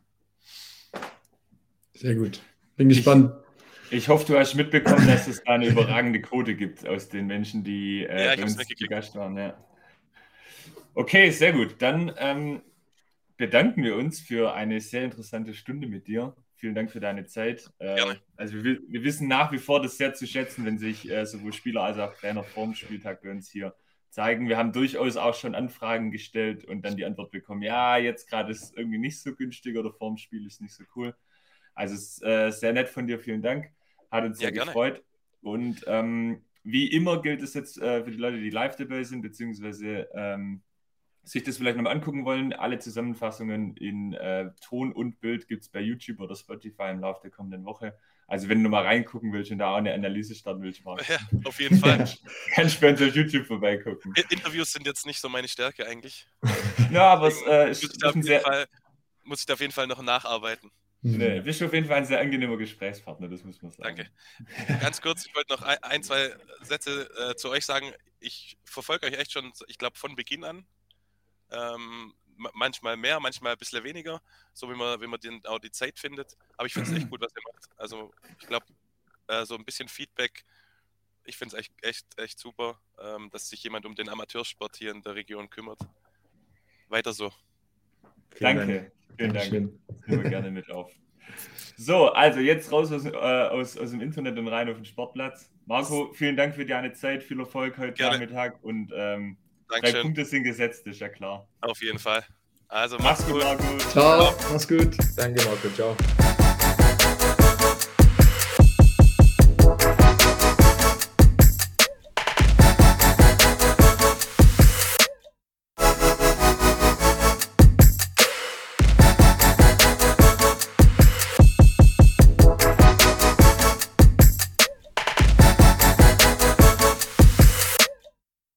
Sehr gut. Bin gespannt. Ich, ich hoffe, du hast mitbekommen, dass es da eine überragende Quote gibt aus den Menschen, die äh, ja, bei uns zu Gast waren. Ja. Okay, sehr gut. Dann ähm, bedanken wir uns für eine sehr interessante Stunde mit dir. Vielen Dank für deine Zeit. Äh, also wir, wir wissen nach wie vor das sehr zu schätzen, wenn sich äh, sowohl Spieler als auch Trainer vor dem Spieltag bei uns hier zeigen. Wir haben durchaus auch schon Anfragen gestellt und dann die Antwort bekommen, ja, jetzt gerade ist es irgendwie nicht so günstig oder vor dem Spiel ist nicht so cool. Also es ist äh, sehr nett von dir, vielen Dank. Hat uns sehr ja, gefreut. Und ähm, wie immer gilt es jetzt äh, für die Leute, die live dabei sind, beziehungsweise ähm, sich das vielleicht nochmal angucken wollen. Alle Zusammenfassungen in äh, Ton und Bild gibt es bei YouTube oder Spotify im Laufe der kommenden Woche. Also wenn du mal reingucken willst und da auch eine Analyse starten willst, Marc. Ja, auf jeden Fall. Kannst du bei uns auf YouTube vorbeigucken. Interviews sind jetzt nicht so meine Stärke eigentlich. Ja, aber es äh, ist, muss, ich ist sehr... Fall, muss ich da auf jeden Fall noch nacharbeiten. Nee, bist du auf jeden Fall ein sehr angenehmer Gesprächspartner, das muss man sagen. Danke. Ganz kurz, ich wollte noch ein, ein zwei Sätze äh, zu euch sagen. Ich verfolge euch echt schon, ich glaube, von Beginn an. Ähm, manchmal mehr, manchmal ein bisschen weniger, so wie man, wie man den, auch die Zeit findet. Aber ich finde es echt gut, was ihr macht. Also ich glaube, äh, so ein bisschen Feedback, ich finde es echt, echt, echt super, ähm, dass sich jemand um den Amateursport hier in der Region kümmert. Weiter so. Vielen Danke. Dank. Vielen Dank. Nehmen wir gerne mit auf. So, also jetzt raus aus, äh, aus, aus dem Internet und rein auf den Sportplatz. Marco, vielen Dank für deine Zeit, viel Erfolg heute gerne. Nachmittag und ähm, drei Punkte sind gesetzt, ist ja klar. Auf jeden Fall. Also mach's gut, Marco. Ciao, mach's gut. Danke, Marco. Ciao.